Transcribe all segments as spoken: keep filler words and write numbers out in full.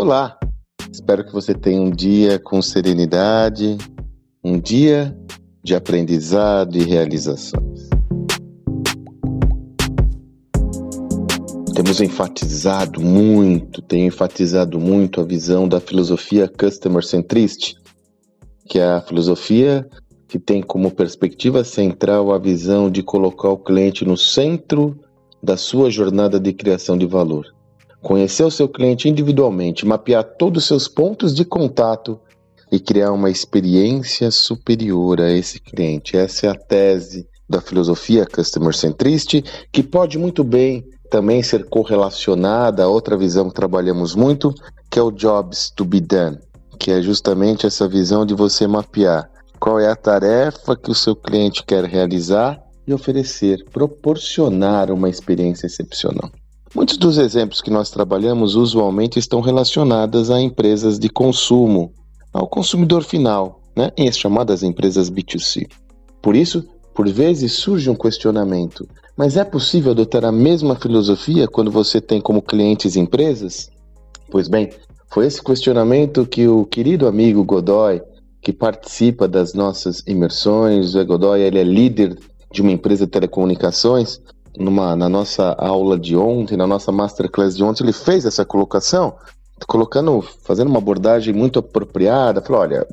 Olá, espero que você tenha um dia com serenidade, um dia de aprendizado e realizações. Temos enfatizado muito, tenho enfatizado muito a visão da filosofia Customer Centricity, que é a filosofia que tem como perspectiva central a visão de colocar o cliente no centro da sua jornada de criação de valor. Conhecer o seu cliente individualmente, mapear todos os seus pontos de contato e criar uma experiência superior a esse cliente. Essa é a tese da filosofia Customer Centricity, que pode muito bem também ser correlacionada a outra visão que trabalhamos muito, que é o Jobs to be Done, que é justamente essa visão de você mapear qual é a tarefa que o seu cliente quer realizar e oferecer, proporcionar uma experiência excepcional. Muitos dos exemplos que nós trabalhamos usualmente estão relacionados a empresas de consumo, ao consumidor final, né? Em as chamadas empresas B dois C. Por isso, por vezes surge um questionamento, mas é possível adotar a mesma filosofia quando você tem como clientes empresas? Pois bem, foi esse questionamento que o querido amigo Godoy, que participa das nossas imersões, o Godoy ele é líder de uma empresa de telecomunicações, numa, na nossa aula de ontem, na nossa masterclass de ontem, ele fez essa colocação, colocando, fazendo uma abordagem muito apropriada, falou, olha,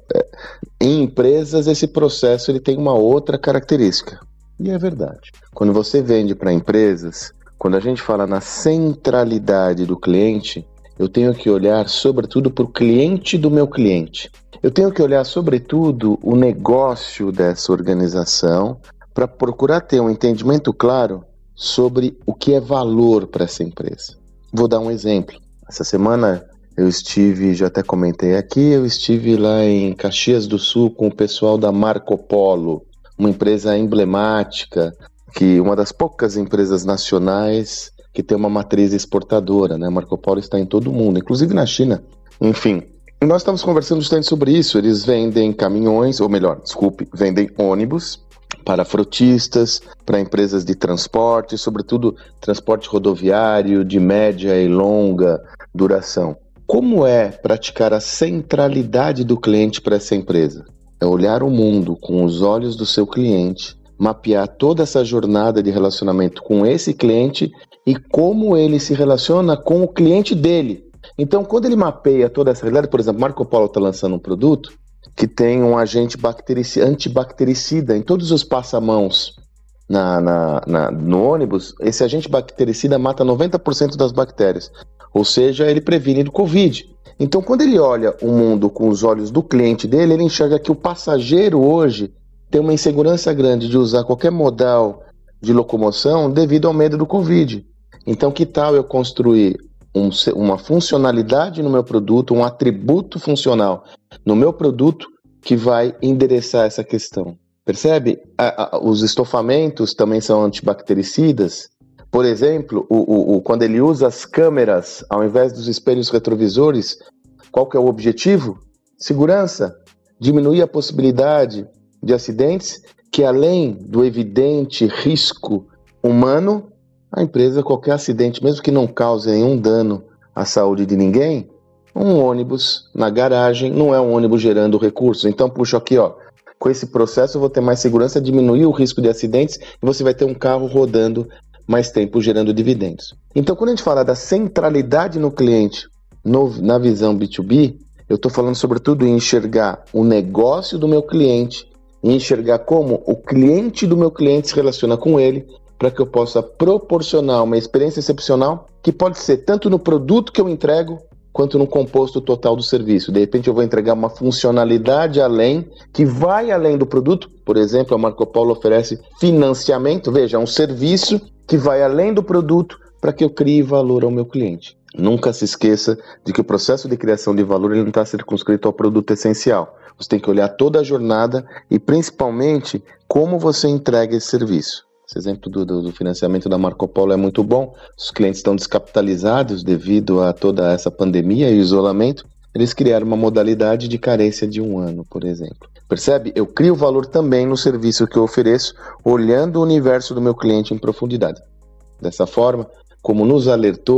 em empresas esse processo ele tem uma outra característica. E é verdade. Quando você vende para empresas, quando a gente fala na centralidade do cliente, eu tenho que olhar sobretudo para o cliente do meu cliente. Eu tenho que olhar sobretudo o negócio dessa organização para procurar ter um entendimento claro sobre o que é valor para essa empresa. Vou dar um exemplo. Essa semana eu estive, já até comentei aqui, eu estive lá em Caxias do Sul com o pessoal da Marco Polo, uma empresa emblemática, que uma das poucas empresas nacionais que tem uma matriz exportadora, né? Marco Polo está em todo o mundo, inclusive na China. Enfim, nós estamos conversando justamente sobre isso. Eles vendem caminhões, ou melhor, desculpe, vendem ônibus para frotistas, para empresas de transporte, sobretudo transporte rodoviário de média e longa duração. Como é praticar a centralidade do cliente para essa empresa? É olhar o mundo com os olhos do seu cliente, mapear toda essa jornada de relacionamento com esse cliente e como ele se relaciona com o cliente dele. Então, quando ele mapeia toda essa realidade, por exemplo, Marco Polo está lançando um produto que tem um agente bacterici- antibactericida em todos os passamãos na, na, na, no ônibus. Esse agente bactericida mata noventa por cento das bactérias, ou seja, ele previne do Covid. Então, quando ele olha o mundo com os olhos do cliente dele, ele enxerga que o passageiro hoje tem uma insegurança grande de usar qualquer modal de locomoção devido ao medo do Covid. Então, que tal eu construir um, uma funcionalidade no meu produto, um atributo funcional no meu produto que vai endereçar essa questão? Percebe? A, a, os estofamentos também são antibactericidas. Por exemplo, o, o, o, quando ele usa as câmeras ao invés dos espelhos retrovisores, qual que é o objetivo? Segurança. Diminuir a possibilidade de acidentes, que além do evidente risco humano, a empresa, qualquer acidente, mesmo que não cause nenhum dano à saúde de ninguém, um ônibus na garagem não é um ônibus gerando recursos. Então, puxa aqui, ó, com esse processo eu vou ter mais segurança, diminuir o risco de acidentes e você vai ter um carro rodando mais tempo gerando dividendos. Então, quando a gente fala da centralidade no cliente, no, na visão B dois B, eu estou falando sobretudo em enxergar o negócio do meu cliente e enxergar como o cliente do meu cliente se relaciona com ele para que eu possa proporcionar uma experiência excepcional que pode ser tanto no produto que eu entrego quanto no composto total do serviço. De repente eu vou entregar uma funcionalidade além, que vai além do produto. Por exemplo, a Marco Polo oferece financiamento, veja, é um serviço que vai além do produto para que eu crie valor ao meu cliente. Nunca se esqueça de que o processo de criação de valor ele não está circunscrito ao produto essencial. Você tem que olhar toda a jornada e principalmente como você entrega esse serviço. Esse exemplo do, do, do financiamento da Marco Polo é muito bom. Os clientes estão descapitalizados devido a toda essa pandemia e isolamento. Eles criaram uma modalidade de carência de um ano, por exemplo. Percebe? Eu crio valor também no serviço que eu ofereço, olhando o universo do meu cliente em profundidade. Dessa forma, como nos alertou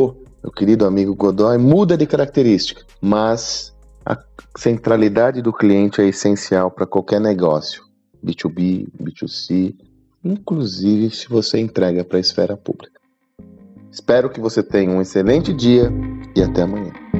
meu querido amigo Godoy, muda de característica, mas a centralidade do cliente é essencial para qualquer negócio, B dois B, B dois C, inclusive se você entrega para a esfera pública. Espero que você tenha um excelente dia e até amanhã.